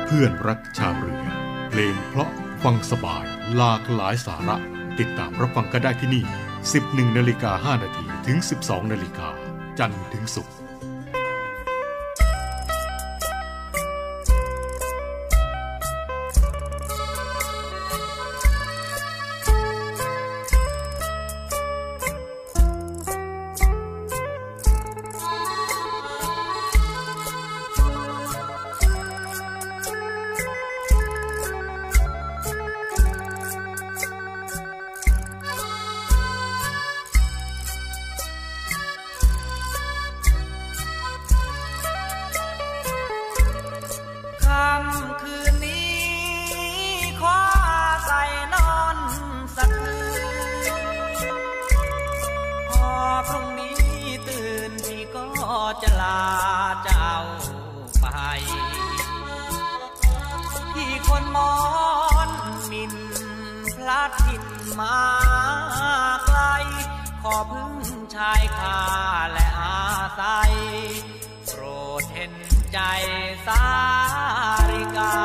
เพื่อนรักชาวเรือเพลงเพราะฟังสบายหลากหลายสาระติดตามรับฟังกันได้ที่นี่ 11:05 น.ถึง 12:00 น.จันทร์ถึงศุกร์จะลาเจ้าไปที่คนมอนมินพลัดถิ่นมาไกลขอพึ่งชายคาและอาศัยโปรดเห็นใจสาริกา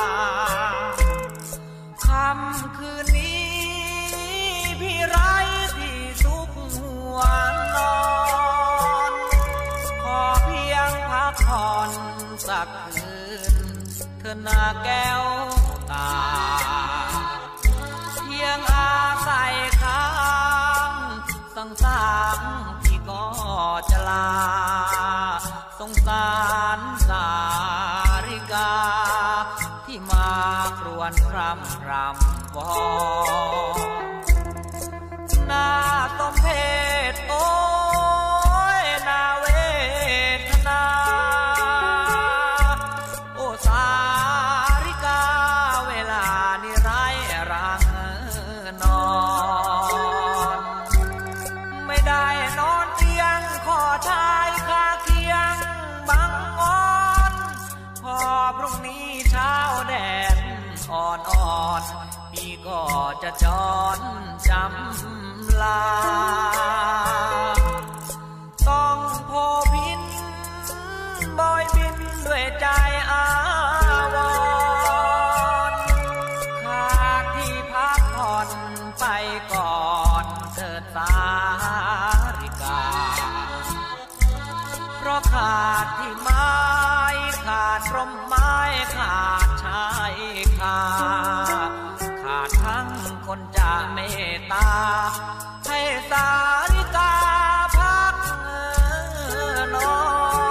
ค่ำคืนนี้พี่ไร้ที่สุขหัวนอนพักผ่อนสักคืนเธอหน้าแก้วตาเพียงอาศัยค้างสังสารที่ก็จะลาสงสารสาริกาที่มาครวญรำวอนหน้าสมเพชโอ้ยนาเวทนาโอ้สาริกาเวลานี้ไร้รังนอนไม่ได้นอนเตียงขอชายคาเคียงบังอ่อนพอพรุ่งนี้เช้าแดดอ่อนพี่ก็จะจรจำลาต้องโพพินบอยบินด้วยใจอาวรณ์ขาดที่พักผ่อนไปก่อนเถิดสาริกาเพราะขาดที่ไม้ขาดร่มไม้ขาดชายคาขาดทั้งคนจะเมตตาให้สาริกาพักนอน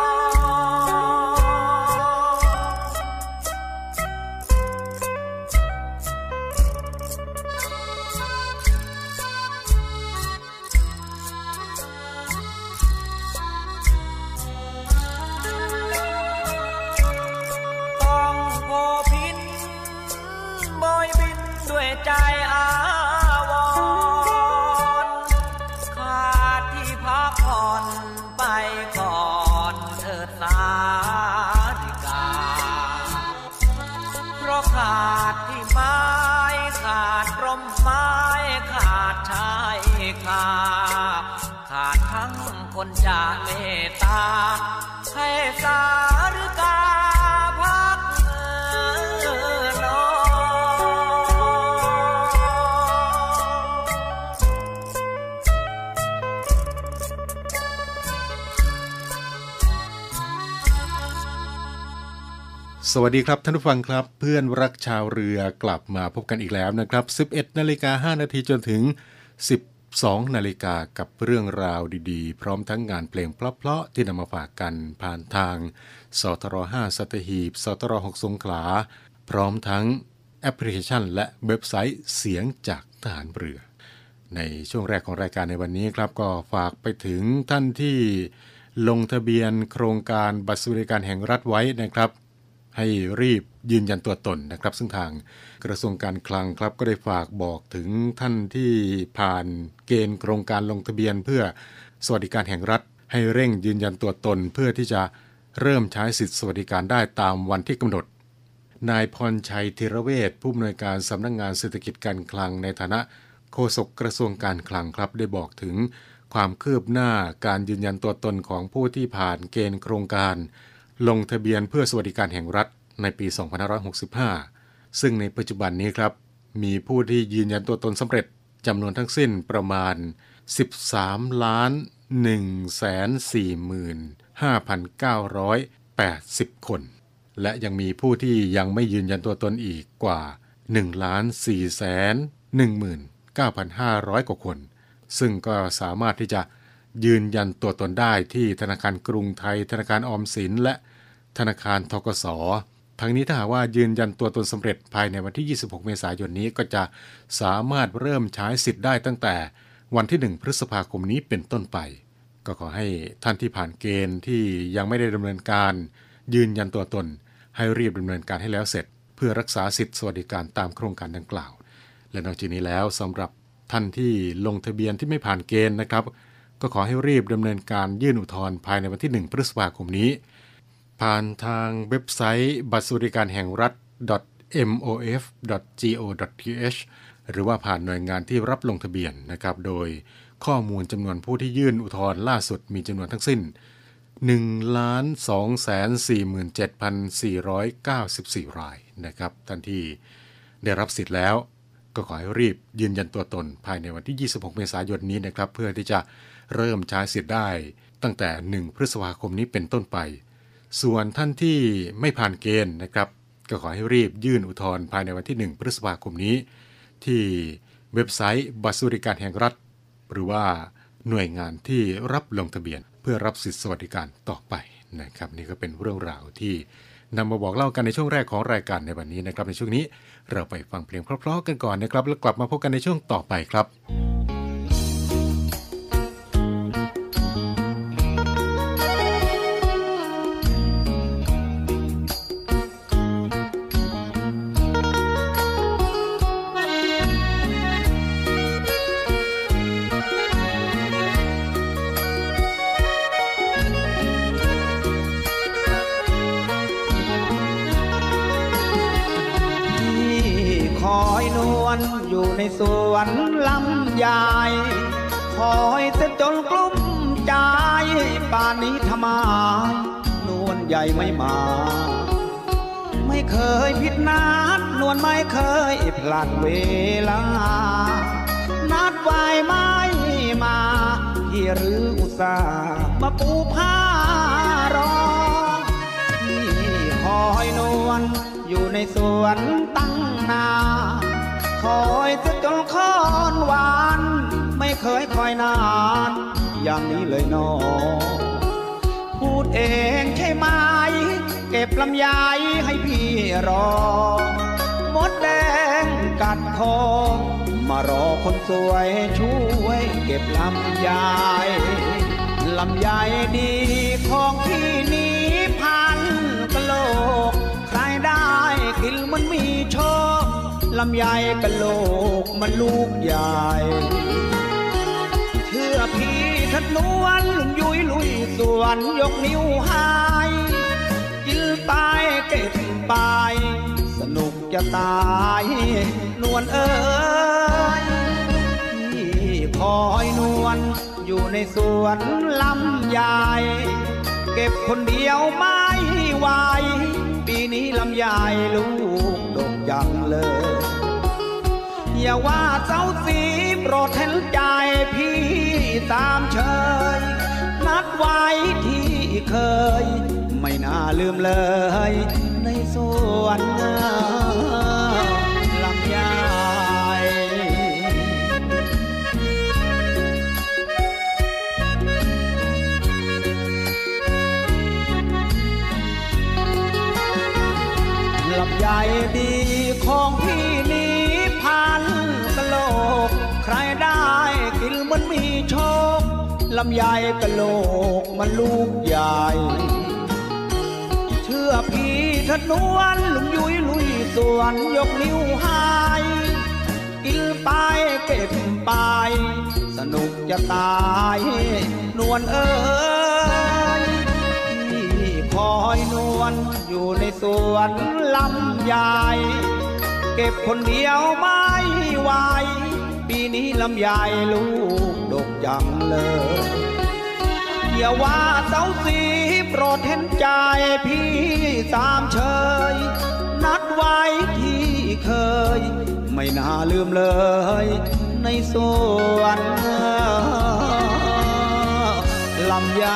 ต้องโพพินบอยบินด้วยใจอาวรณ์ขาดที่พักผ่อนไปก่อนเถิดสาริกาเพราะขาดที่ไม้ขาดร่มไม้ขาดชายคาขาดทั้งคนจะเมตตาให้สาริกาพักนอนสวัสดีครับท่านผู้ฟังครับเพื่อนรักชาวเรือกลับมาพบกันอีกแล้วนะครับ 11:05 น.จนถึง 12:00 น.กับเรื่องราวดีๆพร้อมทั้งงานเพลงเพราะๆที่นำมาฝากกันผ่านทางสทร5สัตหีบสทร6สงขลาพร้อมทั้งแอปพลิเคชันและเว็บไซต์เสียงจากทหารเรือในช่วงแรกของรายการในวันนี้ครับก็ฝากไปถึงท่านที่ลงทะเบียนโครงการบัตรสวัสดิการแห่งรัฐไว้นะครับให้รีบยืนยันตัวตนนะครับซึ่งทางกระทรวงการคลังครับก็ได้ฝากบอกถึงท่านที่ผ่านเกณฑ์โครงการลงทะเบียนเพื่อสวัสดิการแห่งรัฐให้เร่งยืนยันตัวตนเพื่อที่จะเริ่มใช้สิทธิสวัสดิการได้ตามวันที่กำหนดนายพรชัยธีรเวชผู้อำนวยการสำนักงานเศรษฐกิจการคลังในฐานะโฆษกกระทรวงการคลังครับได้บอกถึงความคืบหน้าการยืนยันตัวตนของผู้ที่ผ่านเกณฑ์โครงการลงทะเบียนเพื่อสวัสดิการแห่งรัฐในปี 2565 ซึ่งในปัจจุบันนี้ครับมีผู้ที่ยืนยันตัวตนสำเร็จจำนวนทั้งสิ้นประมาณ 13,145,980 คน และยังมีผู้ที่ยังไม่ยืนยันตัวตนอีกกว่า 1,419,500 กว่าคนซึ่งก็สามารถที่จะยืนยันตัวตนได้ที่ธนาคารกรุงไทยธนาคารออมสินและธนาคารธกส.ทั้งนี้ถ้าหากว่ายืนยันตัวตนสำเร็จภายในวันที่ 26 เมษายนนี้ก็จะสามารถเริ่มใช้สิทธิ์ได้ตั้งแต่วันที่ 1 พฤษภาคมนี้เป็นต้นไปก็ขอให้ท่านที่ผ่านเกณฑ์ที่ยังไม่ได้ดำเนินการยืนยันตัวตนให้รีบดำเนินการให้แล้วเสร็จเพื่อรักษาสิทธิสวัสดิการตามโครงการดังกล่าวและนอกจากนี้แล้วสำหรับท่านที่ลงทะเบียนที่ไม่ผ่านเกณฑ์นะครับก็ขอให้รีบดำเนินการยื่นอุทธรณ์ภายในวันที่ 1 พฤษภาคมนี้ผ่านทางเว็บไซต์บัตรสวัสดิการแห่งรัฐ .mof.go.th หรือว่าผ่านหน่วยงานที่รับลงทะเบียนนะครับโดยข้อมูลจำนวนผู้ที่ยื่นอุทธรณ์ล่าสุดมีจำนวนทั้งสิ้น 1,247,494 รายนะครับท่านที่ได้รับสิทธิ์แล้วก็ขอให้รีบยืนยันตัวตนภายในวันที่ 26 เมษายนนี้นะครับเพื่อที่จะเริ่มใช้สิทธิ์ได้ตั้งแต่ 1 พฤษภาคมนี้เป็นต้นไปส่วนท่านที่ไม่ผ่านเกณฑ์นะครับก็ขอให้รีบยื่นอุทธรณ์ภายในวันที่ 1 พฤษภาคมนี้ที่เว็บไซต์บัตรสวัสดิการแห่งรัฐหรือว่าหน่วยงานที่รับลงทะเบียนเพื่อรับสิทธิสวัสดิการต่อไปนะครับนี่ก็เป็นเรื่องราวที่นำมาบอกเล่ากันในช่วงแรกของรายการในวันนี้นะครับในช่วงนี้เราไปฟังเพลงเพราะๆกันก่อนนะครับแล้วกลับมาพบกันในช่วงต่อไปครับอยู่ในสวนลำไยคอยเสียจนกลุ้มใจป่านนี้ทำไมนวลใหญ่ไม่มาไม่เคยผิดนัดนวลไม่เคยพลาดเวลานัดไว้ไม่มาพี่หรืออุตส่าห์มาปูผ้ารอพี่คอยนวลอยู่ในสวนตั้งนาคอยจะจนค้อนหวานไม่เคยคอยนานอย่างนี้เลยน้องพูดเองใช่ไหมเก็บลำไยให้พี่รอมดแดงกัดคอมารอคนสวยช่วยเก็บลำไยลำไยดีของพี่นี้พันกะโหลกใครได้กินมันมีโชคลำไยกะโหลกมันลูกใหญ่เชื่อพี่ทัดนวลยุยลุยสวนยกนิ้วให้กินไปเก็บไปสนุกจะตายนวลเอ้ยพี่คอยนวลอยู่ในสวนลำไยเก็บคนเดียวไม่ไหวปีนี้ลำไยลูกดกจังเลยอย่าว่าเจ้าสีโปรดเห็นใจพี่ตามเชยนัดไว้ที่เคยไม่น่าลืมเลยในสวนลำไยลำไยดีของพี่นี้พันกะโหลกใครได้กินมันมีโชคลำไยกะโหลกมันลูกใหญ่เชื่อพี่ทัดนวลลุงยุยลุยสวนยกนิ้วให้กินไปเก็บไปสนุกจะตายนวลเอ้ยพี่คอยนวลอยู่ในสวนลำไยเก็บคนเดียวไม่ไหวปีนี้ลำไยลูกดกจังเลยอย่าว่าเจ้าสีโปรดเห็นใจพี่ตามเชยไว้ที่เคยไม่น่าลืมเลยในสวนลำไย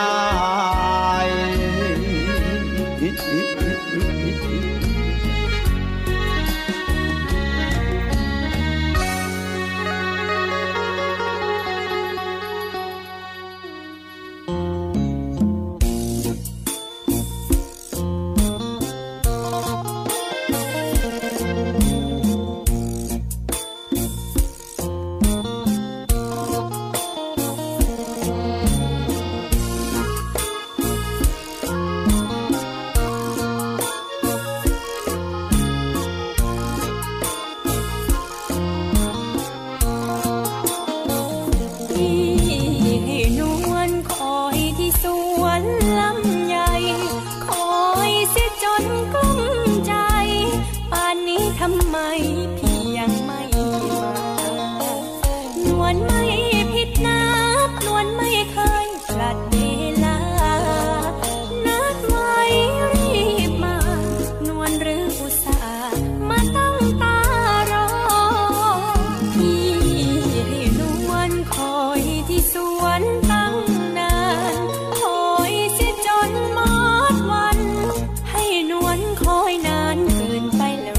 ทำไมพี่ยังไม่มานวลไม่ผิดนัดนวลไม่เคยพลัดเวลานัดไว้รีบมานวลหรืออุตส่าห์มาตั้งตารอพี่ให้นวลคอยที่สวนตั้งนานคอยเสียจนหมดวันให้นวลคอยนานเกินไปแล้ว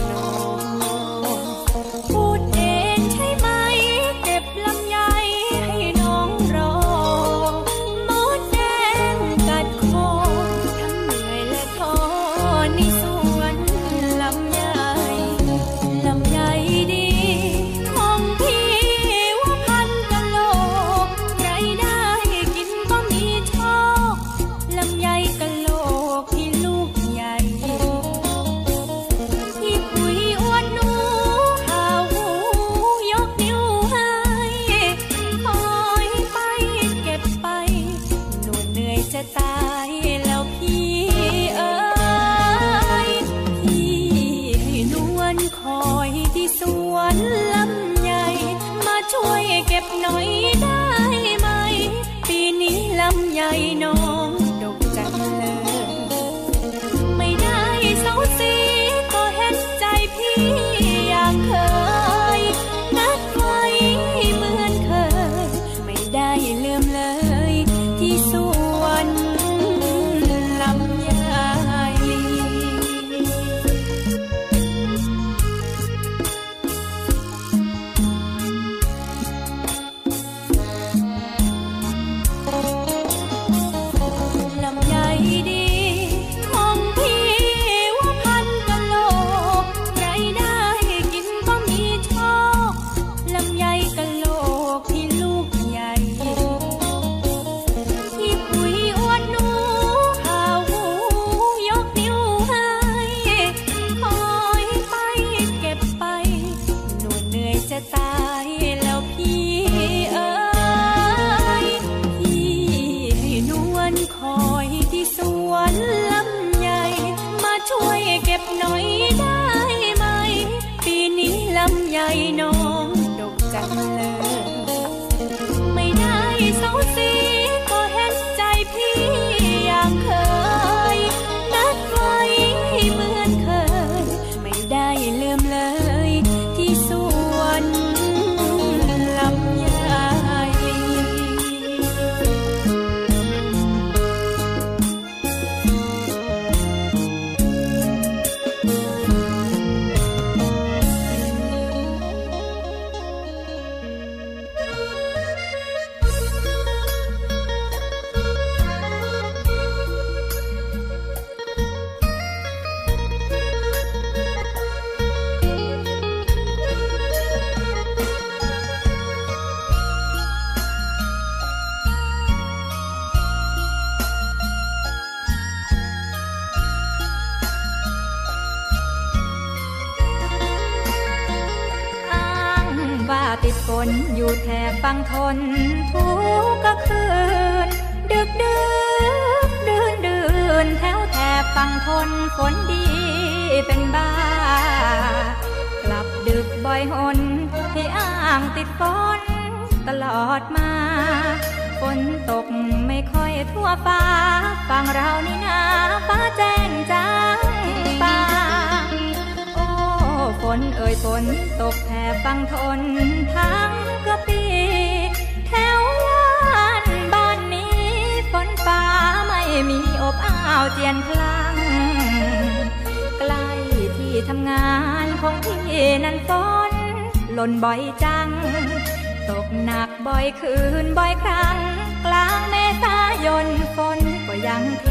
เก็บหน่อยได้ไหมปีนี้ลำไยน้องดกจังเลยไม่ได้เศร้าสีก็เห็นใจพี่อย่างเคยนัดไว้เหมือนเคยไม่ได้ลืมเลยที่สวนลำไยเก็บหน่อยได้ไหมปีนี้ลำไยน้องดกจังเลยไม่ได้เศร้าสีก็เห็นใจพี่อย่างเคยนัดไว้เหมือนเคยไม่ได้ลืมเลยที่สวนลำไย ติดฝนอยู่แถบฝั่งทนทุกคืนดึกดื่นแถวแถบฝั่งทนฝนดีเป็นบ้ากลับดึกบ่อยหนที่อ้างติดฝนตลอดมาฝนตกไม่ค่อยทั่วฟ้าฝั่งเรานี่นาฟ้าแจ้งจางบางโอ้นเอ่ยฝนตกแผ่ฟังทนทั้งกระปีแถวย่านบ้านนี้ฝนฟ้าไม่มีอบอ้าวเจียนพลังใกล้ที่ทำงานของพี่นั้นฝนหล่นบ่อยจังตกหนักบ่อยคืนบ่อยครั้งกลางเมษายนฝนก็ยังเท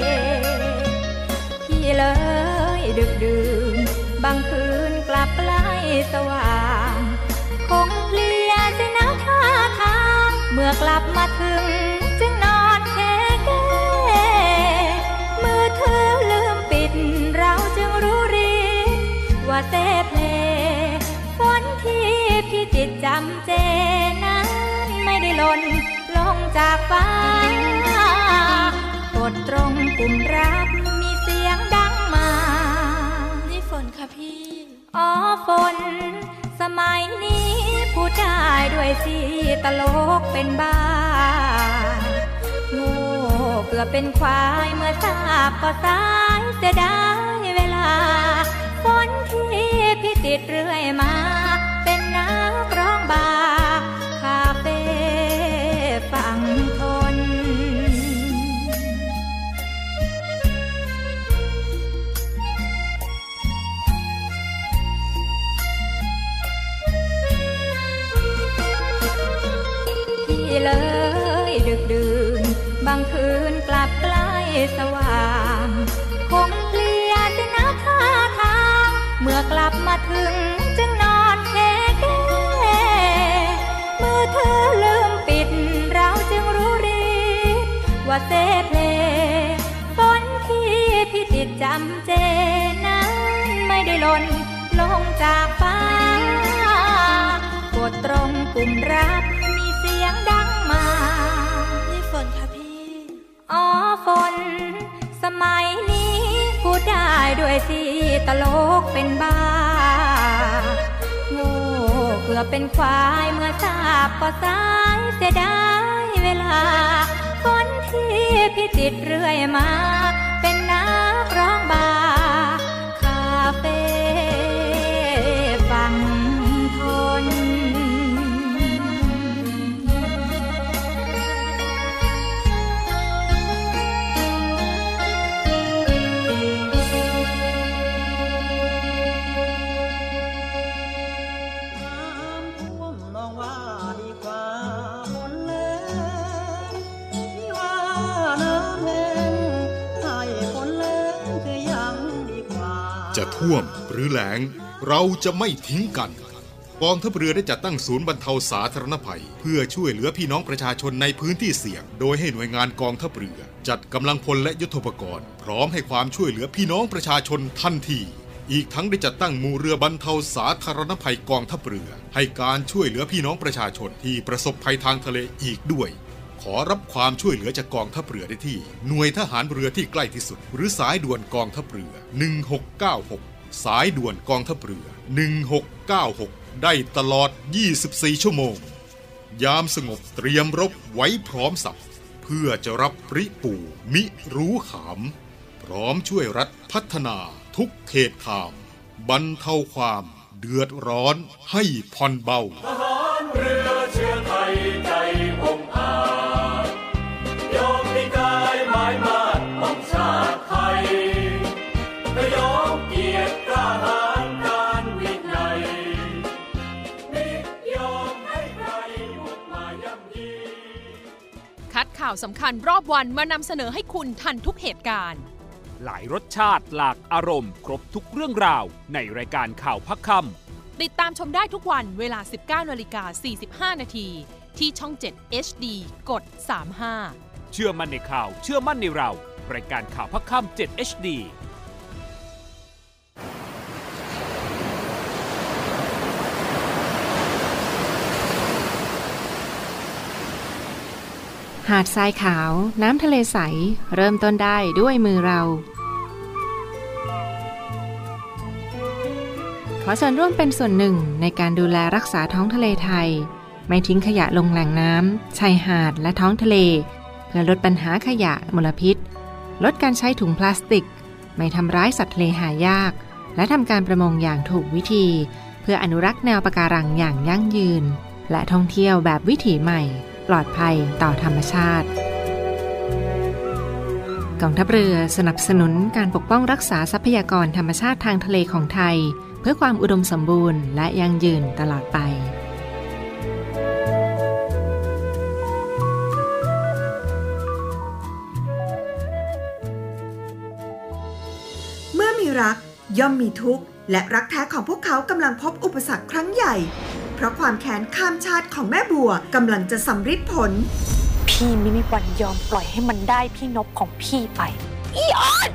พี่เลยดึกดื่นบางคืนกลับใกล้สว่างคงเพลียสินะท่าทางเมื่อกลับมาถึงจึงนอนแค่แก้มือถือลืมปิดเราจึงรู้รีว่าเซเพลฝนที่พี่จิตจำเจนั้นไม่ได้หล่นลงจากฟ้ากดตรงปุ่มรับมีเสียงดังมานี่ฝนค่ะพี่อ๋อฝนสมัยนี้พูดได้ด้วยสิตลกเป็นบ้าโง่เกือบเป็นควายเมื่อทราบก็สายเสียดายเวลาฝนที่พี่ติดเรื่อยมาเป็นนักร้องบาร์คาเฟ่ฝั่งทนพี่เลยดึกดื่นบางคืนกลับใกล้สว่างคงเพลียสินะท่าทางเมื่อกลับมาถึงจึงนอนแค่แก้มือถือลืมปิดเราจึงรู้รีว่าเซเพลฝนที่พี่ติดจำเจนั้นไม่ได้หล่นลงจากฟ้ากดตรงปุ่มรับมีเสียงดังมานี่ฝนค่ะพี่อ๋อฝนสมัยนี้พูดได้ด้วยสิตลกเป็นบ้าโง่เกือบเป็นควายเมื่อทราบก็สายเสียดายเวลาฝนที่พี่ติดเรื่อยมาเป็นนักร้องบาร์คาเฟ่ฝั่งทนจะท่วมหรือแล้งเราจะไม่ทิ้งกันกองทัพเรือได้จัดตั้งศูนย์บรรเทาสาธารณภัยเพื่อช่วยเหลือพี่น้องประชาชนในพื้นที่เสี่ยงโดยให้หน่วยงานกองทัพเรือจัดกำลังพลและยุทโธปกรณ์พร้อมให้ความช่วยเหลือพี่น้องประชาชนทันทีอีกทั้งได้จัดตั้งหมู่เรือบรรเทาสาธารณภัยกองทัพเรือให้การช่วยเหลือพี่น้องประชาชนที่ประสบภัยทางทะเลอีกด้วยขอรับความช่วยเหลือจากกองทัพเรือได้ที่หน่วยทหารเรือที่ใกล้ที่สุดหรือสายด่วนกองทัพเรือ1696สายด่วนกองทัพเรือ1696ได้ตลอด24ชั่วโมงยามสงบเตรียมรบไว้พร้อมสับเพื่อจะรับปริปู่มิรู้ขามพร้อมช่วยรัฐพัฒนาทุกเขตขามบรรเทาความเดือดร้อนให้ผ่อนเบาทหารเรือเชื้อไทยใจองอาจยอมมีกายหมายมาดของชาติไทยและยอมเกียรติกล้าหาญการวินัยมิยอมให้ใครบุกมาย่ำยีคัดข่าวสำคัญรอบวันมานำเสนอให้คุณทันทุกเหตุการณ์หลายรสชาติหลากอารมณ์ครบทุกเรื่องราวในรายการข่าวพักค่ำติดตามชมได้ทุกวันเวลา 19:45 น.ที่ช่อง 7 HD กด 35 เชื่อมั่นในข่าวเชื่อมั่นในเรารายการข่าวพักค่ำ7 HD หาดทรายขาวน้ำทะเลใสเริ่มต้นได้ด้วยมือเราขอเชิญร่วมเป็นส่วนหนึ่งในการดูแลรักษาท้องทะเลไทยไม่ทิ้งขยะลงแหล่งน้ำชายหาดและท้องทะเลเพื่อลดปัญหาขยะมลพิษลดการใช้ถุงพลาสติกไม่ทำร้ายสัตว์ทะเลหายากและทำการประมงอย่างถูกวิธีเพื่ออนุรักษ์แนวปะการังอย่างยั่งยืนและท่องเที่ยวแบบวิถีใหม่ปลอดภัยต่อธรรมชาติกองทัพเรือสนับสนุนการปกป้องรักษาทรัพยากรธรรมชาติทางทะเลของไทยเพื่อความอุดมสมบูรณ์และยั่งยืนตลอดไปเมื่อมีรักย่อมมีทุกข์และรักแท้ของพวกเขากำลังพบอุปสรรคครั้งใหญ่เพราะความแค้นข้ามชาติของแม่บัวกำลังจะสำฤทธิ์ผลพี่ไม่มีวันยอมปล่อยให้มันได้พี่นพของพี่ไปอีออน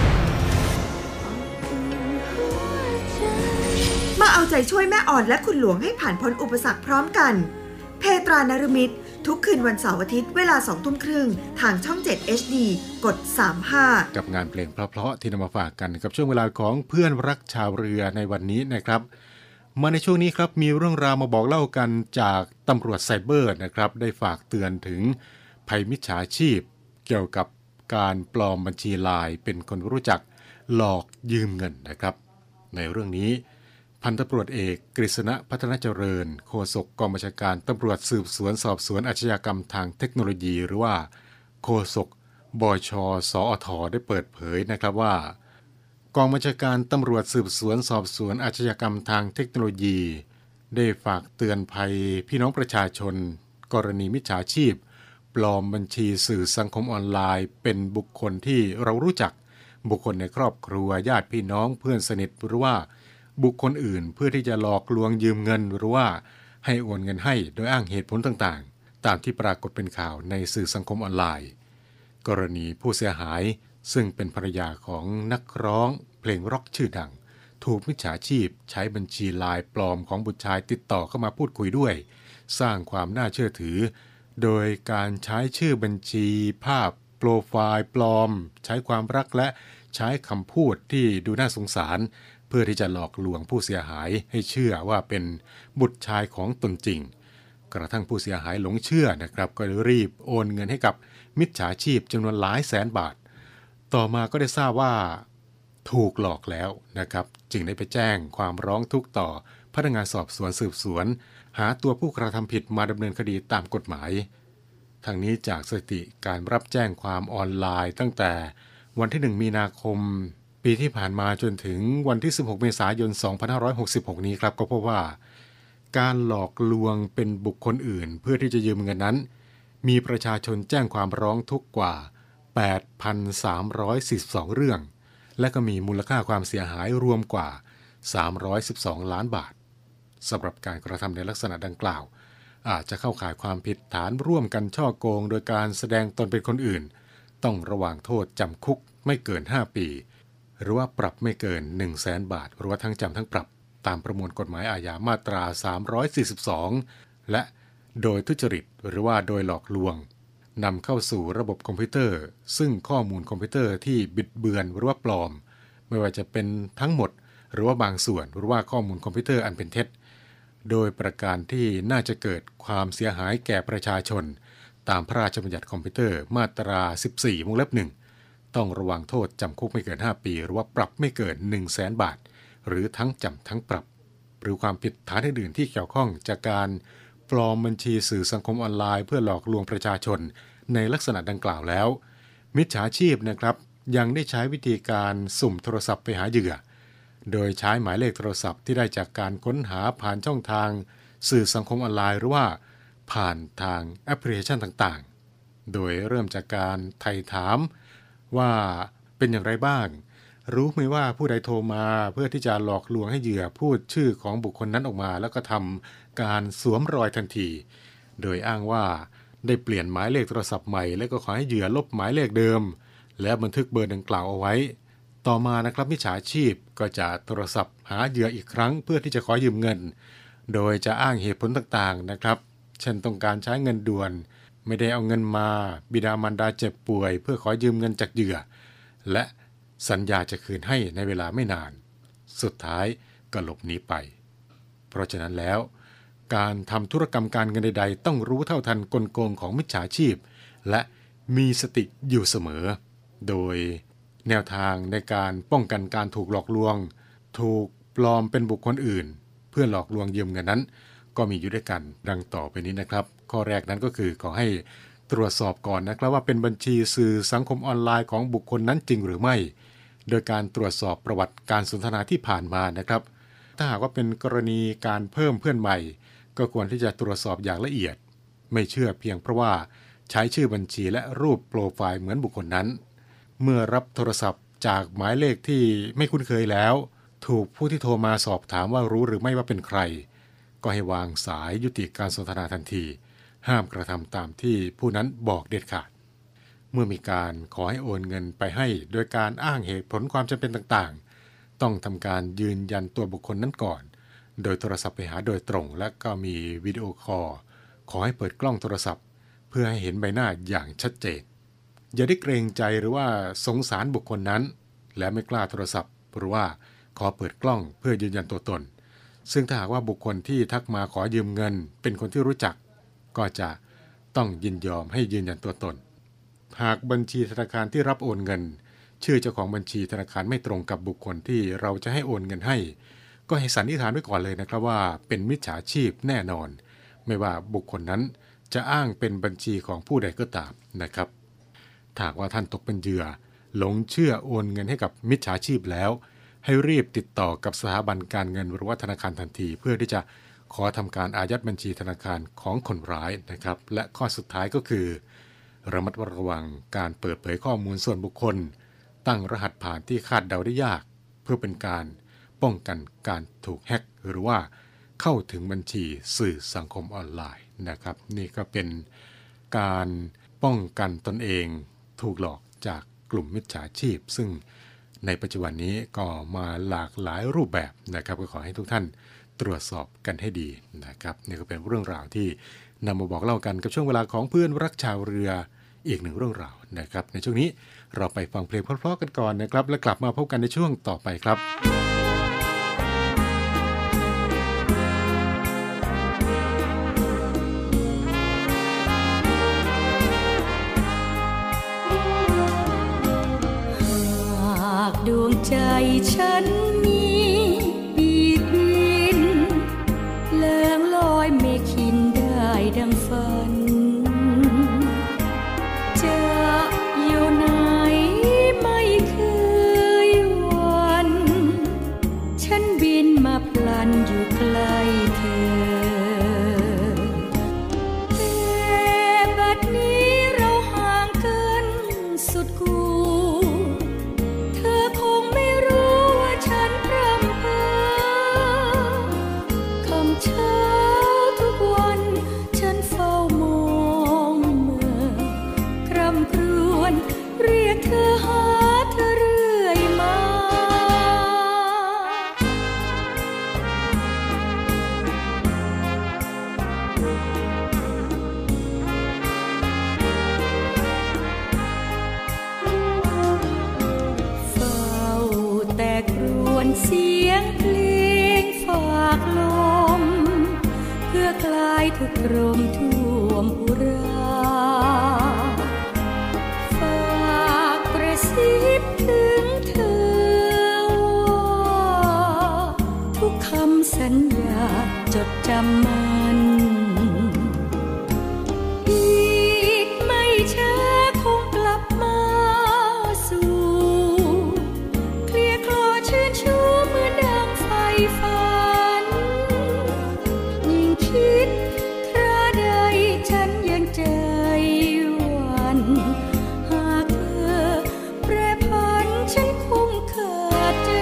มาเอาใจช่วยแม่อ่อนและคุณหลวงให้ผ่านพ้นอุปสรรคพร้อมกันเพตรานฤมิตรทุกคืนวันเสาร์อาทิตย์เวลา 20:30 น.ทางช่อง 7 HD กด 35 กับงานเพลงเพราะๆที่นำมาฝากกันกับช่วงเวลาของเพื่อนรักชาวเรือในวันนี้นะครับมาในช่วงนี้ครับมีเรื่องราวมาบอกเล่ากันจากตำรวจไซเบอร์นะครับได้ฝากเตือนถึงภัยมิจฉาชีพเกี่ยวกับการปลอมบัญชีไลน์เป็นคนรู้จักหลอกยืมเงินนะครับในเรื่องนี้พันตำรวจเอกกฤษณะพัฒนาเจริญโฆษกกองบัญชาการตำรวจสืบสวนสอบสวนอาชญากรรมทางเทคโนโลยีหรือว่าโฆษกบช.สอท.ได้เปิดเผยนะครับว่ากองบัญชาการตำรวจสืบสวนสอบสวนอาชญากรรมทางเทคโนโลยีได้ฝากเตือนภัยพี่น้องประชาชนกรณีมิจฉาชีพปลอมบัญชีสื่อสังคมออนไลน์เป็นบุคคลที่เรารู้จักบุคคลในครอบครัวญาติพี่น้องเพื่อนสนิทหรือว่าบุคคลอื่นเพื่อที่จะหลอกลวงยืมเงินหรือว่าให้โอนเงินให้โดยอ้างเหตุผลต่างๆตามที่ปรากฏเป็นข่าวในสื่อสังคมออนไลน์กรณีผู้เสียหายซึ่งเป็นภรรยาของนักร้องเพลงร็อกชื่อดังถูกมิจฉาชีพใช้บัญชีไลน์ปลอมของบุตรชายติดต่อเข้ามาพูดคุยด้วยสร้างความน่าเชื่อถือโดยการใช้ชื่อบัญชีภาพโปรไฟล์ปลอมใช้ความรักและใช้คำพูดที่ดูน่าสงสารเพื่อที่จะหลอกลวงผู้เสียหายให้เชื่อว่าเป็นบุตรชายของตนจริงกระทั่งผู้เสียหายหลงเชื่อนะครับก็รีบโอนเงินให้กับมิจฉาชีพจำนวนหลายแสนบาทต่อมาก็ได้ทราบว่าถูกหลอกแล้วนะครับจึงได้ไปแจ้งความร้องทุกข์ต่อพนักงานสอบสวนสืบสวนหาตัวผู้กระทำผิดมาดำเนินคดีตามกฎหมายทางนี้จากสถิติการรับแจ้งความออนไลน์ตั้งแต่วันที่1 มีนาคมปีที่ผ่านมาจนถึงวันที่16 เมษายน 2566 นี้ครับก็พบว่าการหลอกลวงเป็นบุคคลอื่นเพื่อที่จะยืมเงินนั้นมีประชาชนแจ้งความร้องทุกข์กว่า 8,342 เรื่องและก็มีมูลค่าความเสียหายรวมกว่า312 ล้านบาทสำหรับการกระทำในลักษณะดังกล่าวอาจจะเข้าข่ายความผิดฐานร่วมกันฉ้อโกงโดยการแสดงตนเป็นคนอื่นต้องระวางโทษจำคุกไม่เกิน5 ปีหรือว่าปรับไม่เกิน 100,000 บาทหรือว่าทั้งจำทั้งปรับตามประมวลกฎหมายอาญามาตรา342และโดยทุจริตหรือว่าโดยหลอกลวงนำเข้าสู่ระบบคอมพิวเตอร์ซึ่งข้อมูลคอมพิวเตอร์ที่บิดเบือนหรือว่าปลอมไม่ว่าจะเป็นทั้งหมดหรือว่าบางส่วนหรือว่าข้อมูลคอมพิวเตอร์อันเป็นเท็จโดยประการที่น่าจะเกิดความเสียหายแก่ประชาชนตามพระราชบัญญัติคอมพิวเตอร์มาตรา14 วงเล็บ 1ต้องระวังโทษจำคุกไม่เกิน5 ปีหรือว่าปรับไม่เกิน 100,000 บาทหรือทั้งจำทั้งปรับหรือความผิดฐานอื่นๆที่เกี่ยวข้องจากการปลอมบัญชีสื่อสังคมออนไลน์เพื่อหลอกลวงประชาชนในลักษณะดังกล่าวแล้วมิจฉาชีพนะครับยังได้ใช้วิธีการสุ่มโทรศัพท์ไปหาเหยื่อโดยใช้หมายเลขโทรศัพท์ที่ได้จากการค้นหาผ่านช่องทางสื่อสังคมออนไลน์หรือว่าผ่านทางแอปพลิเคชันต่างๆโดยเริ่มจากการไถ่ถามว่าเป็นอย่างไรบ้างรู้ไหมว่าผู้ใดโทรมาเพื่อที่จะหลอกลวงให้เหยื่อพูดชื่อของบุคคลนั้นออกมาแล้วก็ทำการสวมรอยทันทีโดยอ้างว่าได้เปลี่ยนหมายเลขโทรศัพท์ใหม่และก็ขอให้เหยื่อลบหมายเลขเดิมและบันทึกเบอร์ดังกล่าวเอาไว้ต่อมานะครับมิจฉาชีพก็จะโทรศัพท์หาเหยื่ออีกครั้งเพื่อที่จะขอยืมเงินโดยจะอ้างเหตุผลต่างๆนะครับเช่นต้องการใช้เงินด่วนไม่ได้เอาเงินมาบิดามารดาเจ็บป่วยเพื่อขอยืมเงินจากเหยื่อและสัญญาจะคืนให้ในเวลาไม่นานสุดท้ายก็หลบหนีไปเพราะฉะนั้นแล้วการทำธุรกรรมการเงินใดๆต้องรู้เท่าทันกลโกงของมิจฉาชีพและมีสติอยู่เสมอโดยแนวทางในการป้องกันการถูกหลอกลวงถูกปลอมเป็นบุคคลอื่นเพื่อหลอกลวงยืมเงินนั้นก็มีอยู่ด้วยกันดังต่อไปนี้นะครับข้อแรกนั้นก็คือขอให้ตรวจสอบก่อนนะครับว่าเป็นบัญชีสื่อสังคมออนไลน์ของบุคคลนั้นจริงหรือไม่โดยการตรวจสอบประวัติการสนทนาที่ผ่านมานะครับถ้าหากว่าเป็นกรณีการเพิ่มเพื่อนใหม่ก็ควรที่จะตรวจสอบอย่างละเอียดไม่เชื่อเพียงเพราะว่าใช้ชื่อบัญชีและรูปโปรไฟล์เหมือนบุคคลนั้นเมื่อรับโทรศัพท์จากหมายเลขที่ไม่คุ้นเคยแล้วถูกผู้ที่โทรมาสอบถามว่ารู้หรือไม่ว่าเป็นใครก็ให้วางสายยุติการสนทนาทันทีห้ามกระทำตามที่ผู้นั้นบอกเด็ดขาดเมื่อมีการขอให้โอนเงินไปให้โดยการอ้างเหตุผลความจำเป็นต่างๆต้องทำการยืนยันตัวบุคคลนั้นก่อนโดยโทรศัพท์ไปหาโดยตรงและก็มีวิดีโอคอลขอให้เปิดกล้องโทรศัพท์เพื่อให้เห็นใบหน้าอย่างชัดเจนอย่าได้เกรงใจหรือว่าสงสารบุคคลนั้นและไม่กล้าโทรศัพท์หรือว่าขอเปิดกล้องเพื่อยืนยันตัวตนซึ่งถ้าหากว่าบุคคลที่ทักมาขอยืมเงินเป็นคนที่รู้จักก็จะต้องยินยอมให้ยืนยันตัวตนหากบัญชีธนาคารที่รับโอนเงินชื่อเจ้าของบัญชีธนาคารไม่ตรงกับบุคคลที่เราจะให้โอนเงินให้ก็ให้สันนิษฐานไว้ก่อนเลยนะครับว่าเป็นมิจฉาชีพแน่นอนไม่ว่าบุคคลนั้นจะอ้างเป็นบัญชีของผู้ใดก็ตามนะครับถ้าว่าท่านตกเป็นเหยื่อหลงเชื่อโอนเงินให้กับมิจฉาชีพแล้วให้รีบติดต่อกับสถาบันการเงินหรือว่าธนาคารทันทีเพื่อที่จะขอทำการอายัดบัญชีธนาคารของคนร้ายนะครับและข้อสุดท้ายก็คือระมัดระวังการเปิดเผยข้อมูลส่วนบุคคลตั้งรหัสผ่านที่คาดเดาได้ยากเพื่อเป็นการป้องกันการถูกแฮ็กหรือว่าเข้าถึงบัญชีสื่อสังคมออนไลน์นะครับนี่ก็เป็นการป้องกันตนเองถูกหลอกจากกลุ่มมิจฉาชีพซึ่งในปัจจุบันนี้ก็มาหลากหลายรูปแบบนะครับก็ขอให้ทุกท่านตรวจสอบกันให้ดีนะครับนี่ก็เป็นเรื่องราวที่นำมาบอกเล่ากันกับช่วงเวลาของเพื่อนรักชาวเรืออีกหนึ่งเรื่องราวนะครับในช่วงนี้เราไปฟังเพลงเพราะๆกันก่อนนะครับแล้วกลับมาพบกันในช่วงต่อไปครับดวงใจฉันมีปีกบินเลื่องลอยเมฆินได้ดังฝันจะอยู่ไหนไม่เคยหวั่นฉันบินมาพลันอยู่ใกล้เธอแต่บัดนี้เราห่างกันสุดกูเช้าทุกวันฉันเฝ้ามองเมื่อกรำกรวนเรียกเธอหาเธอเรื่อยมาเฝ้าแต่ครวญเสียงเพลงฝากลมเพื่อคลายทุกลมท่วมอุราฝากกระซิบถึงเธอว่าทุกคำสัญญาจดจำมันอีกไม่ช้าคงกลับมาสู่เคลียร์คลอชื่นชูเหมือนดังไฟฟ้าคิดคราใดฉันยังใจหวั่นหากเธอแปรผันฉันคงขาดใจ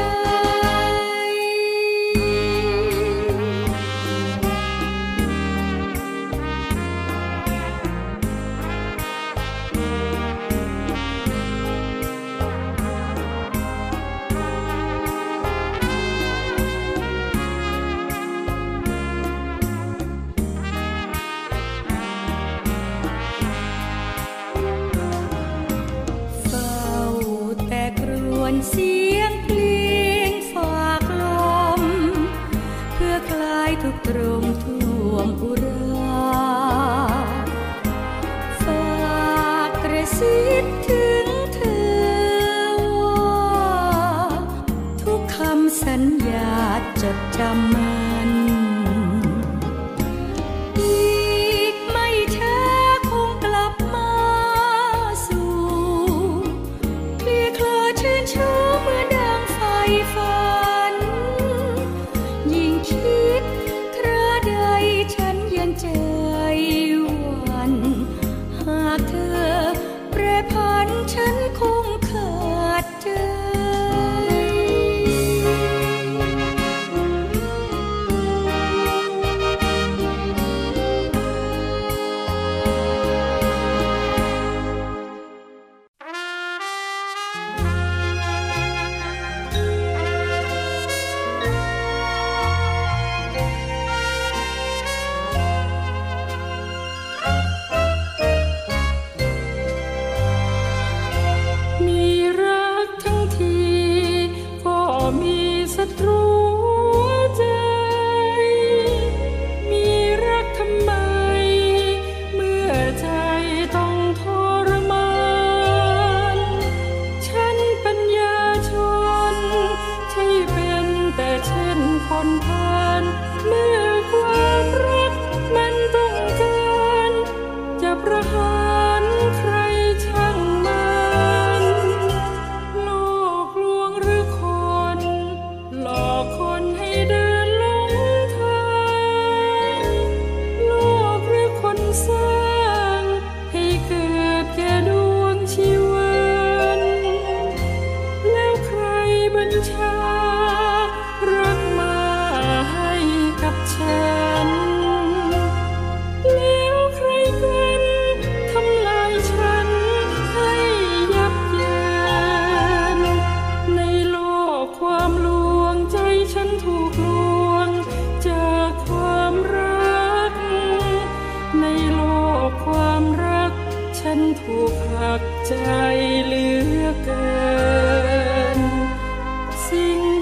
ำสัญญาจดจำมันอีกไม่ช้าคงกลับมาสู่เคลียร์คลอชื่นชูเมื่อดังไฟฝันยิ่งคิดคราใดฉันยังใจหวั่นหากเธอแปรผันฉันคงขาดใจฉันถูกหักใจเหลือเกินสิ่ง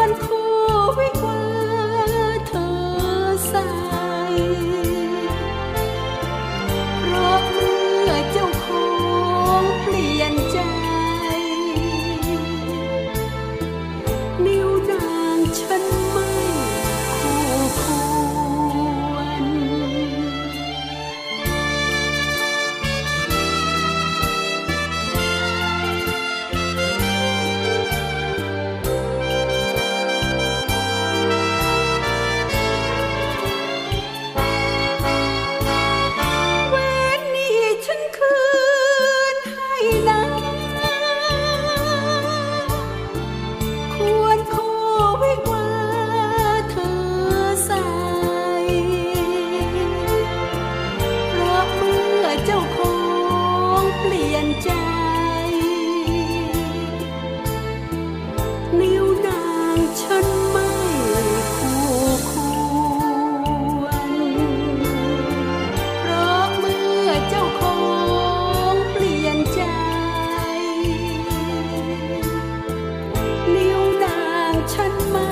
รคู่วิวาเธอใส่เพราะเมื่อเจ้าของเปลี่ยนใจนิ้วนางฉันไม่คู่ควรเว้นนี้ฉันคืนให้นะควรคู่วิวาเธอใส่เพราะเมื่อเจ้าของเปลี่ยนใจนิ้วนางฉันไม่คู่ควรเพราะเมื่อเจ้าของเปลี่ยนใจนิ้วนางฉันไม่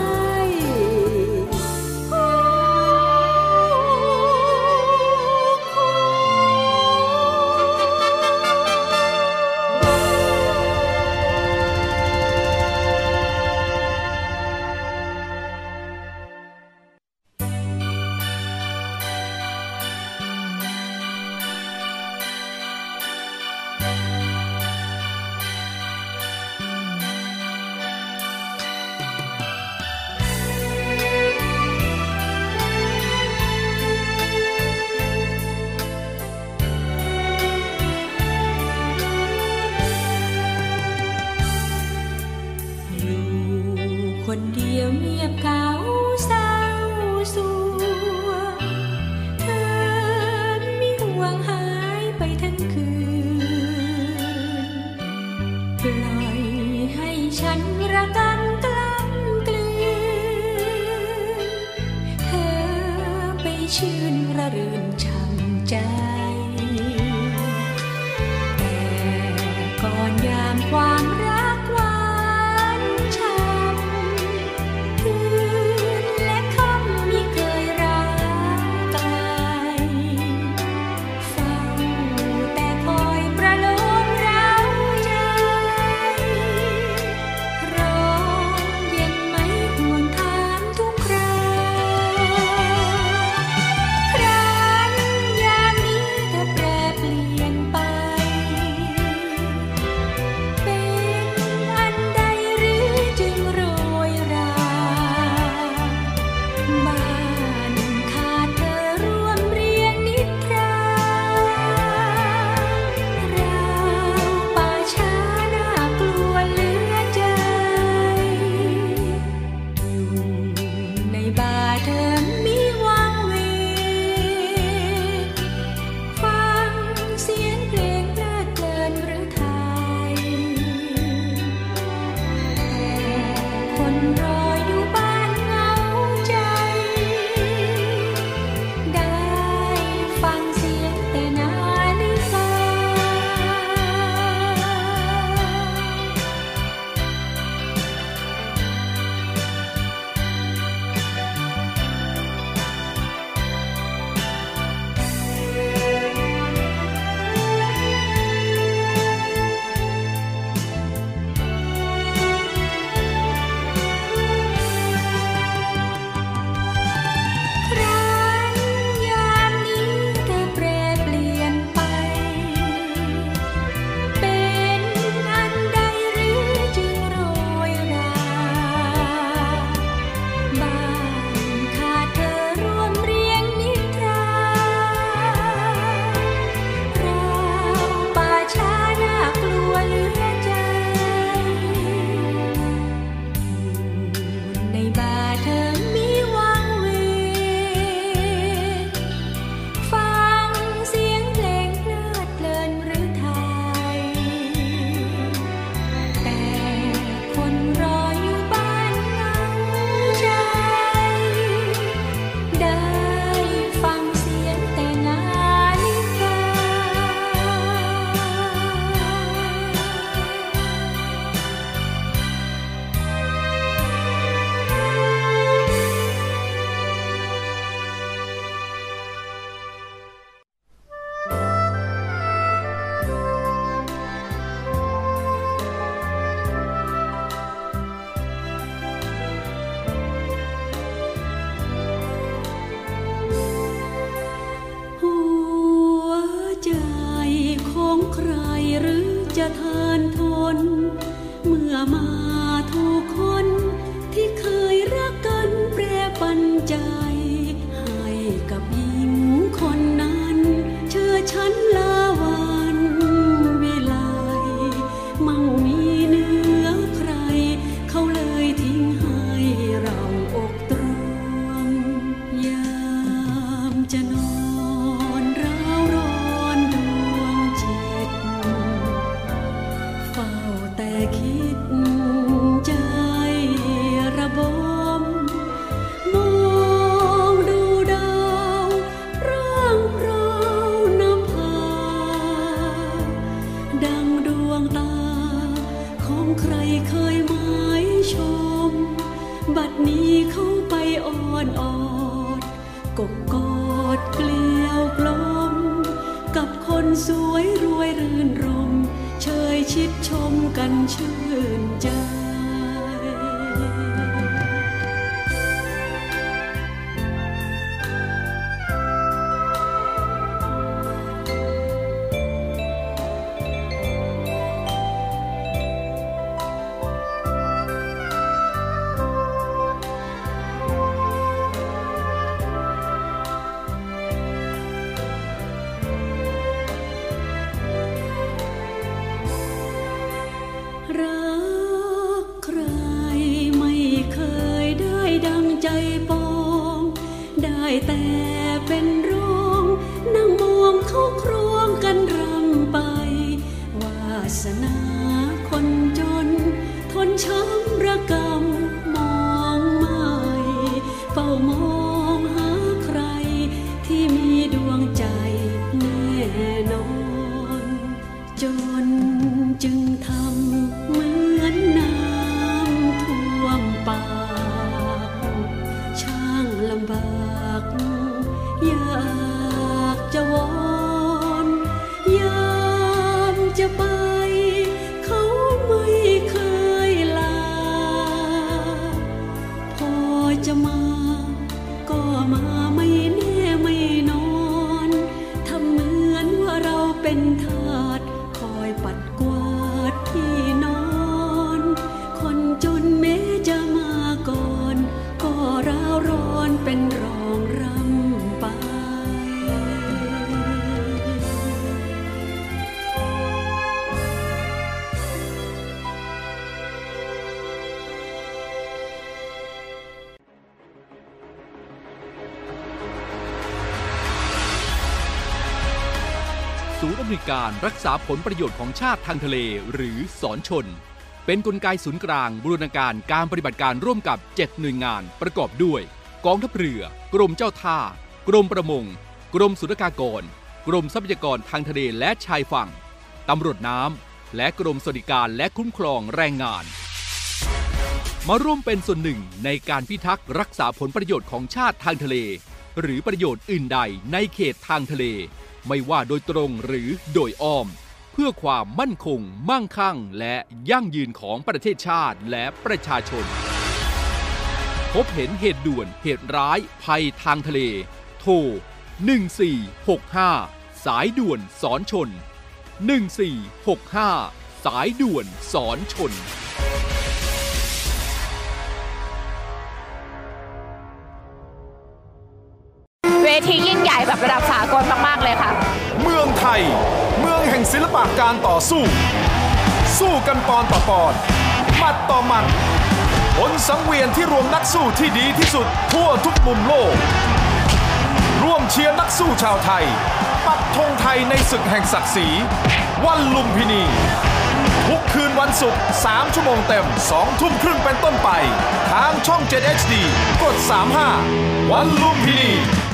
คู่อยู่คนเดียวเงียบเหงาเศร้าสัวเธอไม่ห่วงหายไปทั้งคืนปล่อยให้ฉันระกำกล้ำกลืนเธอไปชื่นระรื่นช่ำใจแต่ก่อนยามความรักหวานช่ำคืนและค่ำมิเคยรักไกลเฝ้าแต่คอยประโลมเร้าใจร้องเย็นไหมห่วงถามทุกคราครั้นยามนี้ใจให้กับหญิงคนนั้นเชื่อฉันลาวันวิไลมั่งมีเนื้อใครเขาเลยทิ้งให้เราอกตรวมยามจะนอนร้าวร้อนดวงจิตเฝ้าแต่คิดใจระบมมองดูดาวร่างพราวน้ำพาดังดวงตาของใครเคยหมายชมบัดนี้เขาไปอ่อนออดกบกอดเกลียวกลมกับคนสวยรวยรื่นรมเชยชิดชมกันชื่นใจรักใครไม่เคยได้ดังใจปองได้แต่เป็นร้องนั่งมองเขาครวงกันรำไปวาสนาคนจนทนช้ำระกำมองไม่เฝ้ามองหาใครที่มีดวงใจแน่นอนจนจึงทำเหมือนน้ำท่วมปากช่างลำบากอยากจะวอนยามจะไปเขาไม่เคยลาพอจะมาก็มาไม่แน่ไม่นอนทำเหมือนว่าเราเป็นทาสคอยปัดกวาดที่นอนคนจนแม้จะมาก่อนก็ร้าวร้อนเป็นรองรำไปศูนย์อำนวยการรักษาผลประโยชน์ของชาติทางทะเลหรือศรชนเป็นกลไกศูนย์กลางบูรณาการการปฏิบัติการร่วมกับ7หน่วยงานประกอบด้วยกองทัพเรือกรมเจ้าท่ากรมประมงกรมศุลกากรกรมทรัพยากรทางทะเลและชายฝั่งตำรวจน้ำและกรมสวัสดิการและคุ้มครองแรงงานมาร่วมเป็นส่วนหนึ่งในการพิทักษ์รักษาผลประโยชน์ของชาติทางทะเลหรือประโยชน์อื่นใดในเขตทางทะเลไม่ว่าโดยตรงหรือโดยอ้อมเพื่อความมั่นคงมั่งคั่งและยั่งยืนของประเทศชาติและประชาชนพบเห็นเหตุด่วนเหตุร้ายภัยทางทะเลโทร1465สายด่วนสอนชน1465สายด่วนสอนชนเวทียิ่งใหญ่แบบระดับสากลมากๆเลยค่ะเมืองไทยเมืองแห่งศิลปะการต่อสู้สู้กันปอนต่อปอนหมัดต่อหมัดผลสังเวียนที่รวมนักสู้ที่ดีที่สุดทั่วทุกมุมโลกร่วมเชียร์นักสู้ชาวไทยปักธงไทยในศึกแห่งศักดิ์ศรีวันลุมพินีทุกคืนวันศุกร์3 ชั่วโมงเต็ม 2 ทุ่มครึ่งเป็นต้นไปทางช่อง 7 HD กด 35 วันลุมพินี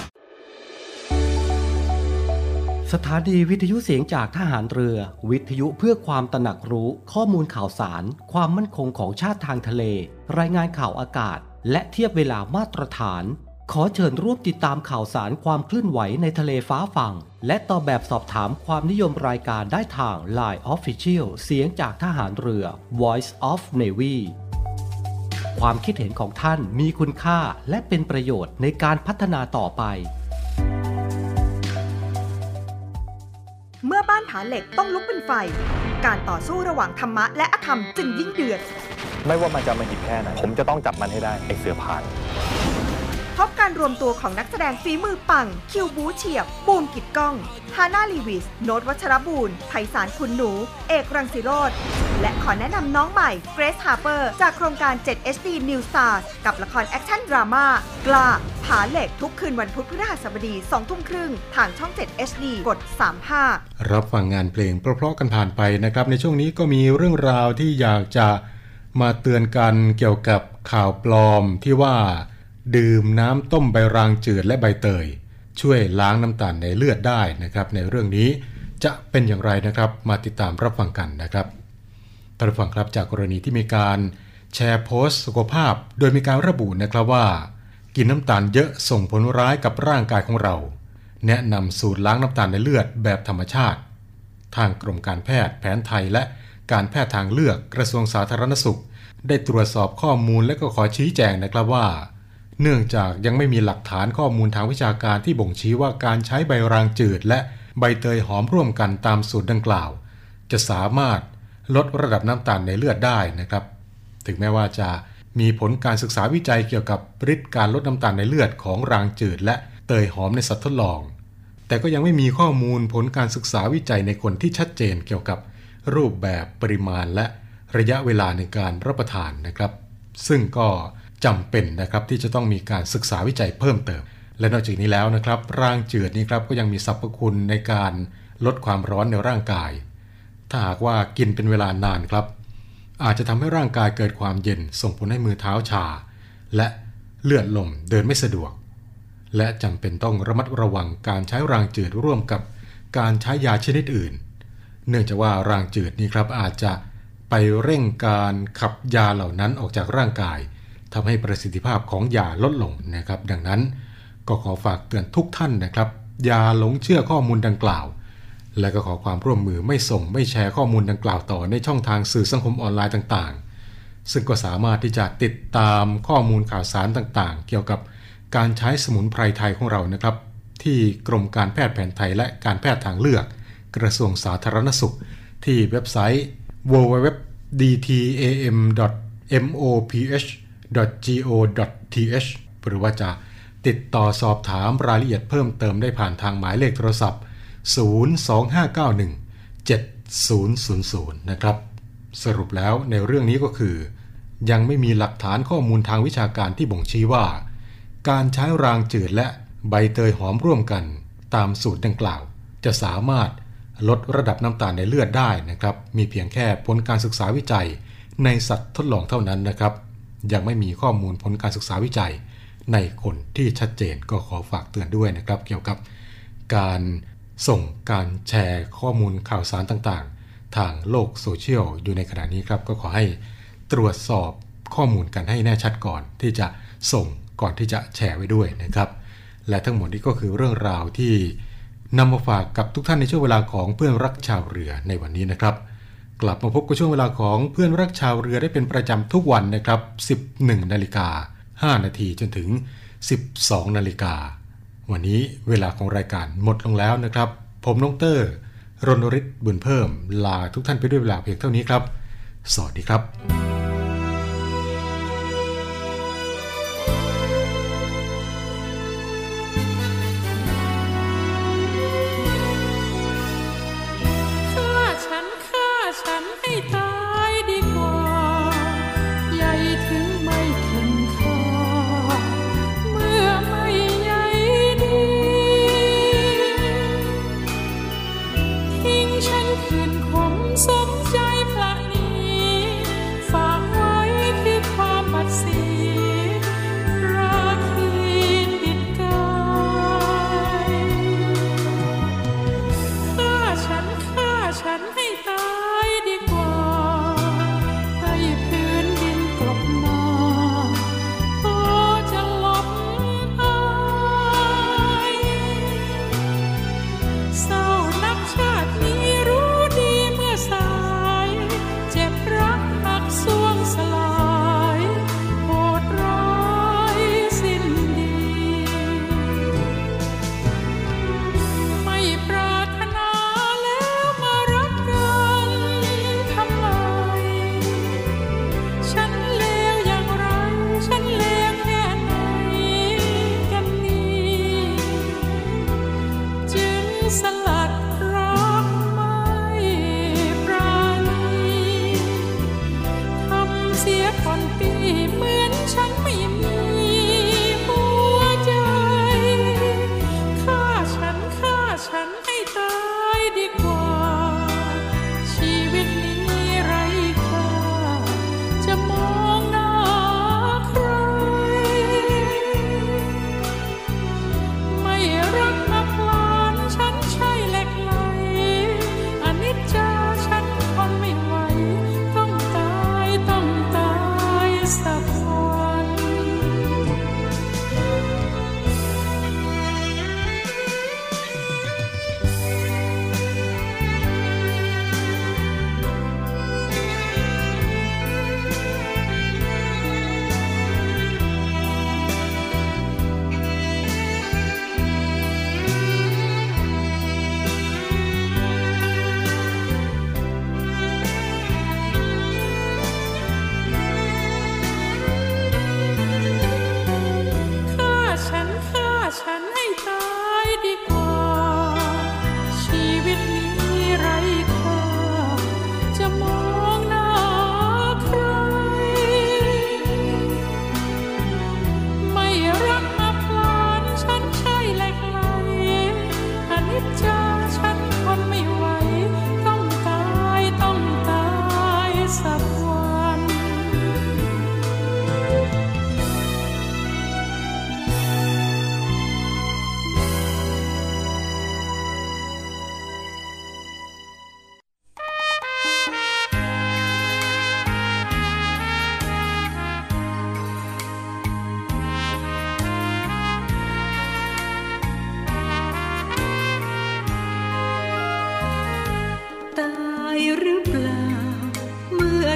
สถานีวิทยุเสียงจากทหารเรือวิทยุเพื่อความตระหนักรู้ข้อมูลข่าวสารความมั่นคงของชาติทางทะเลรายงานข่าวอากาศและเทียบเวลามาตรฐานขอเชิญร่วมติดตามข่าวสารความเคลื่อนไหวในทะเลฟ้าฝั่งและตอบแบบสอบถามความนิยมรายการได้ทาง Line Official เสียงจากทหารเรือ Voice of Navy ความคิดเห็นของท่านมีคุณค่าและเป็นประโยชน์ในการพัฒนาต่อไปเมื่อบ้านผาเหล็กต้องลุกเป็นไฟการต่อสู้ระหว่างธรรมะและอธรรมจึงยิ่งเดือดไม่ว่ามันจะมาหิบแค่ไหนผมจะต้องจับมันให้ได้ไอ้เสือผ่านทบการรวมตัวของนักแสดงฝีมือปังคิวบูเฉียบบูมกิจก้องฮาน่าลีวิสโนตวัชรบูรณ์ไพศาลคุณหนูเอกรังสิโรจน์และขอแนะนำน้องใหม่เกรซฮาร์เปอร์จากโครงการ 7HD New Stars กับละครแอคชั่นดราม่ากล้าผาเหล็กทุกคืนวันพุธพฤหัสบดี 20:30 น.ทางช่อง 7 HD กด 35 รับฟังงานเพลงเพราะๆกันผ่านไปนะครับในช่วงนี้ก็มีเรื่องราวที่อยากจะมาเตือนกันเกี่ยวกับข่าวปลอมที่ว่าดื่มน้ำต้มใบรางจืดและใบเตยช่วยล้างน้ำตาลในเลือดได้นะครับในเรื่องนี้จะเป็นอย่างไรนะครับมาติดตามรับฟังกันนะครับท่านผู้ฟังครับจากกรณีที่มีการแชร์โพสต์สุขภาพโดยมีการระบุนะครับว่ากินน้ำตาลเยอะส่งผลร้ายกับร่างกายของเราแนะนำสูตรล้างน้ำตาลในเลือดแบบธรรมชาติทางกรมการแพทย์แผนไทยและการแพทย์ทางเลือกกระทรวงสาธารณสุขได้ตรวจสอบข้อมูลและก็ขอชี้แจงนะครับว่าเนื่องจากยังไม่มีหลักฐานข้อมูลทางวิชาการที่บ่งชี้ว่าการใช้ใบรางจืดและใบเตยหอมร่วมกันตามสูตรดังกล่าวจะสามารถลดระดับน้ำตาลในเลือดได้นะครับถึงแม้ว่าจะมีผลการศึกษาวิจัยเกี่ยวกับฤทธิ์การลดน้ำตาลในเลือดของรางจืดและเตยหอมในสัตว์ทดลองแต่ก็ยังไม่มีข้อมูลผลการศึกษาวิจัยในคนที่ชัดเจนเกี่ยวกับรูปแบบปริมาณและระยะเวลาในการรับประทานนะครับซึ่งก็จำเป็นนะครับที่จะต้องมีการศึกษาวิจัยเพิ่มเติมและนอกจากนี้แล้วนะครับรางจืดนี้ครับก็ยังมีสรรพคุณในการลดความร้อนในร่างกายถ้าหากว่ากินเป็นเวลานานครับอาจจะทำให้ร่างกายเกิดความเย็นส่งผลให้มือเท้าชาและเลือดลมเดินไม่สะดวกและจำเป็นต้องระมัดระวังการใช้รางจืดร่วมกับการใช้ยาชนิดอื่นเนื่องจากว่ารางจืดนี้ครับอาจจะไปเร่งการขับยาเหล่านั้นออกจากร่างกายทำให้ประสิทธิภาพของยาลดลงนะครับดังนั้นก็ขอฝากเตือนทุกท่านนะครับอย่าหลงเชื่อข้อมูลดังกล่าวและก็ขอความร่วมมือไม่ส่งไม่แชร์ข้อมูลดังกล่าวต่อในช่องทางสื่อสังคมออนไลน์ต่างๆซึ่งก็สามารถที่จะติดตามข้อมูลข่าวสารต่างๆเกี่ยวกับการใช้สมุนไพรไทยของเรานะครับที่กรมการแพทย์แผนไทยและการแพทย์ทางเลือกกระทรวงสาธารณสุขที่เว็บไซต์ www.dtam.moph.go.th หรือว่าจะติดต่อสอบถามรายละเอียดเพิ่มเติมได้ผ่านทางหมายเลขโทรศัพท์ 025917000 นะครับสรุปแล้วในเรื่องนี้ก็คือยังไม่มีหลักฐานข้อมูลทางวิชาการที่บ่งชี้ว่าการใช้รางจืดและใบเตยหอมร่วมกันตามสูตรดังกล่าวจะสามารถลดระดับน้ำตาลในเลือดได้นะครับมีเพียงแค่ผลการศึกษาวิจัยในสัตว์ทดลองเท่านั้นนะครับยังไม่มีข้อมูลผลการศึกษาวิจัยในคนที่ชัดเจนก็ขอฝากเตือนด้วยนะครับเกี่ยวกับการส่งการแชร์ข้อมูลข่าวสารต่างๆทางโลกโซเชียลอยู่ในขณะนี้ครับก็ขอให้ตรวจสอบข้อมูลกันให้แน่ชัดก่อนที่จะส่งก่อนที่จะแชร์ไว้ด้วยนะครับและทั้งหมดนี้ก็คือเรื่องราวที่นำมาฝากกับทุกท่านในช่วงเวลาของเพื่อนรักชาวเรือในวันนี้นะครับกลับมาพบกับช่วงเวลาของเพื่อนรักชาวเรือได้เป็นประจำทุกวันนะครับ 11:05 น.จนถึง 12:00 น.วันนี้เวลาของรายการหมดลงแล้วนะครับผมน้องเตอร์รณฤทธิ์บุญเพิ่มลาทุกท่านไปด้วยเวลาเพียงเท่านี้ครับสวัสดีครับฉันให้ตายดีกว่าใหญ่ถึงไม่เข็นค่าเมื่อไม่ใหญ่ดีทิ้งฉันคืนคมสมใจพระนี้ไฟ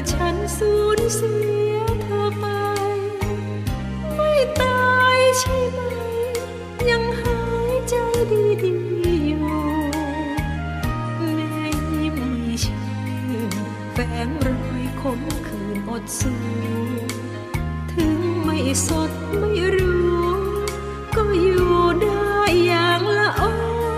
ฉันสูญเสียเธอไปไม่ตายใช่ไหมยังหายใจดีๆอยู่แม้ยิ้มไม่ชื่นแฝงรอยขมขื่นอดสู้ถึงไม่สดไม่รู้ก็อยู่ได้อย่างละอ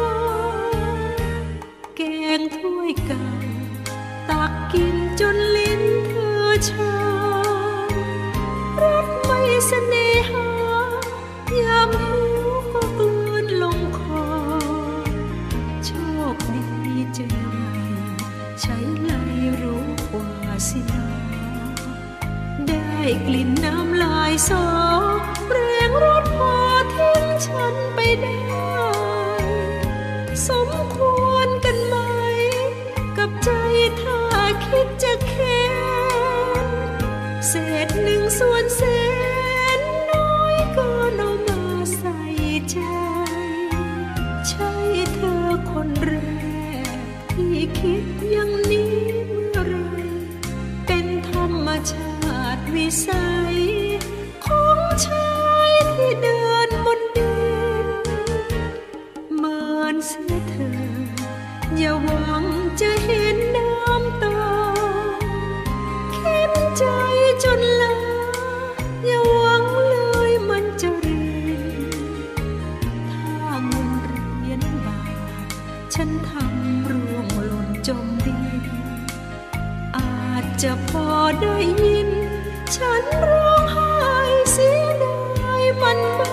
แกงถ้วยเก่าตักกินจนลิ้นเธอชารสไม่เสน่หายามหิวก็กลืนลงคอโชคดีเจอใหม่ใช้ไหลรู้กว่าสินาได้กลิ่นน้ำลายสอแรงรสพอทิ้งฉันไปได้สมควรกันไหมกับใจถ้าคิดจะแค้นเศษหนึ่งส่วนแสนน้อยก็เอามาใส่ใจใช่เธอคนแรกที่คิดอย่างนี้เมื่อไรเป็นธรรมชาติวิสัยของชายที่เดินบนดินเมินเสียเธออย่าหวังจะเห็นน้ำตาเข็นใจจนลาอย่าหวังเลยมันจะเรียนถ้าเงินเหรียญบาทฉันทำร่วงหล่นจมดินอาจจะพอได้ยินฉันร้องไห้เสียดายมันบ้าง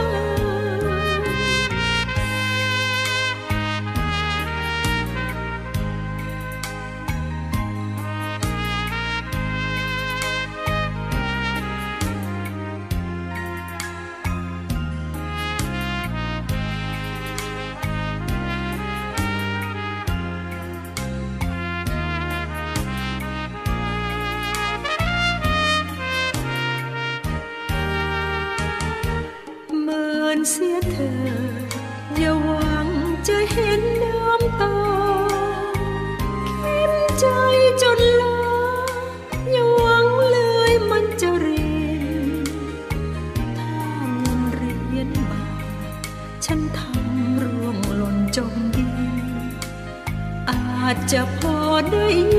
เสียเธออย่าหวังจะเห็นน้ำตาเข็นใจจนลาอย่าหวังเลยมันจะเรียนถ้าเงินเหรียญบาทฉันทำร่วงหล่นจมดินอาจจะพอได้ยิ